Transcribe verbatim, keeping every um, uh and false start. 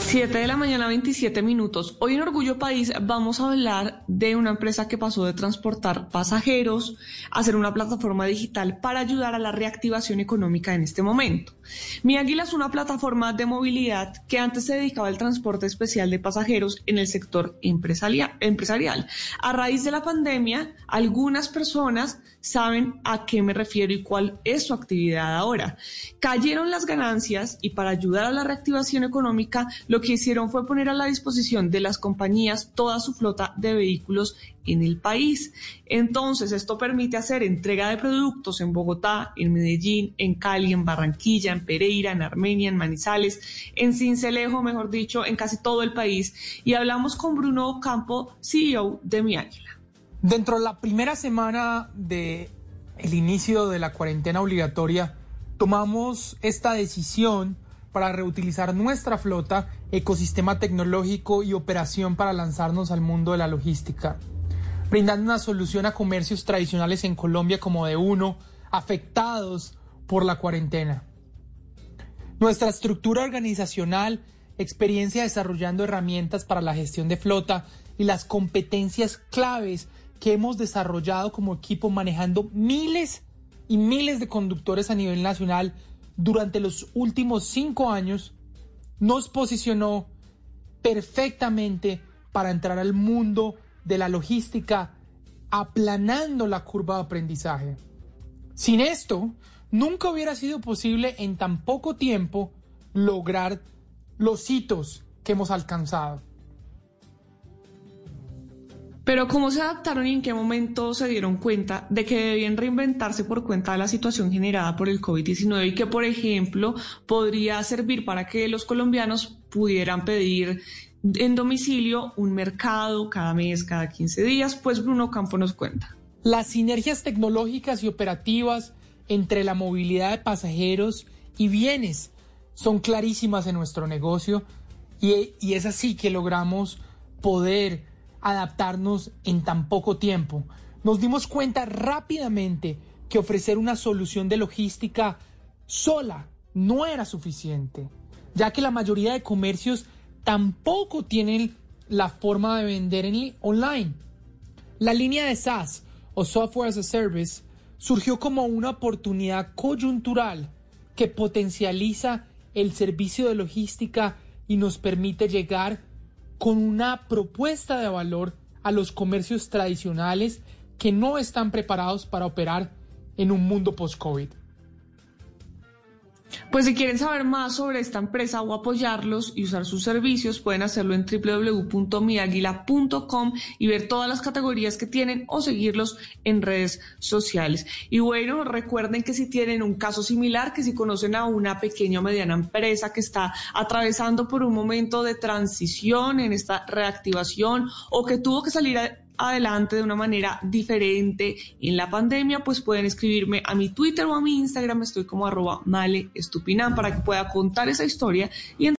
siete de la mañana, veintisiete minutos. Hoy en Orgullo País vamos a hablar de una empresa que pasó de transportar pasajeros a ser una plataforma digital para ayudar a la reactivación económica en este momento. Mi Águila es una plataforma de movilidad que antes se dedicaba al transporte especial de pasajeros en el sector empresarial. A raíz de la pandemia, algunas personas saben a qué me refiero y cuál es su actividad ahora. Cayeron las ganancias y para ayudar a la reactivación económica, lo que hicieron fue poner a la disposición de las compañías toda su flota de vehículos en el país. Entonces, esto permite hacer entrega de productos en Bogotá, en Medellín, en Cali, en Barranquilla, en Pereira, en Armenia, en Manizales, en Sincelejo, mejor dicho, en casi todo el país. Y hablamos con Bruno Ocampo, C E O de Mi Águila. Dentro de la primera semana del inicio de la cuarentena obligatoria, tomamos esta decisión para reutilizar nuestra flota, ecosistema tecnológico y operación para lanzarnos al mundo de la logística, brindando una solución a comercios tradicionales en Colombia como de uno, afectados por la cuarentena. Nuestra estructura organizacional, experiencia desarrollando herramientas para la gestión de flota y las competencias claves que hemos desarrollado como equipo manejando miles y miles de conductores a nivel nacional durante los últimos cinco años, nos posicionó perfectamente para entrar al mundo de la logística, aplanando la curva de aprendizaje. Sin esto, nunca hubiera sido posible en tan poco tiempo lograr los hitos que hemos alcanzado. Pero ¿cómo se adaptaron y en qué momento se dieron cuenta de que debían reinventarse por cuenta de la situación generada por el COVID diecinueve y que, por ejemplo, podría servir para que los colombianos pudieran pedir en domicilio un mercado cada mes, cada quince días? Pues Bruno Ocampo nos cuenta. Las sinergias tecnológicas y operativas entre la movilidad de pasajeros y bienes son clarísimas en nuestro negocio y, y es así que logramos poder adaptarnos en tan poco tiempo. Nos dimos cuenta rápidamente que ofrecer una solución de logística sola no era suficiente, ya que la mayoría de comercios tampoco tienen la forma de vender en online. La línea de SaaS o Software as a Service surgió como una oportunidad coyuntural que potencializa el servicio de logística y nos permite llegar con una propuesta de valor a los comercios tradicionales que no están preparados para operar en un mundo post-COVID. Pues si quieren saber más sobre esta empresa o apoyarlos y usar sus servicios, pueden hacerlo en doble u doble u doble u punto mi águila punto com y ver todas las categorías que tienen o seguirlos en redes sociales. Y bueno, recuerden que si tienen un caso similar, que si conocen a una pequeña o mediana empresa que está atravesando por un momento de transición en esta reactivación o que tuvo que salir a adelante de una manera diferente en la pandemia, pues pueden escribirme a mi Twitter o a mi Instagram, estoy como arroba male estupinan para que pueda contar esa historia y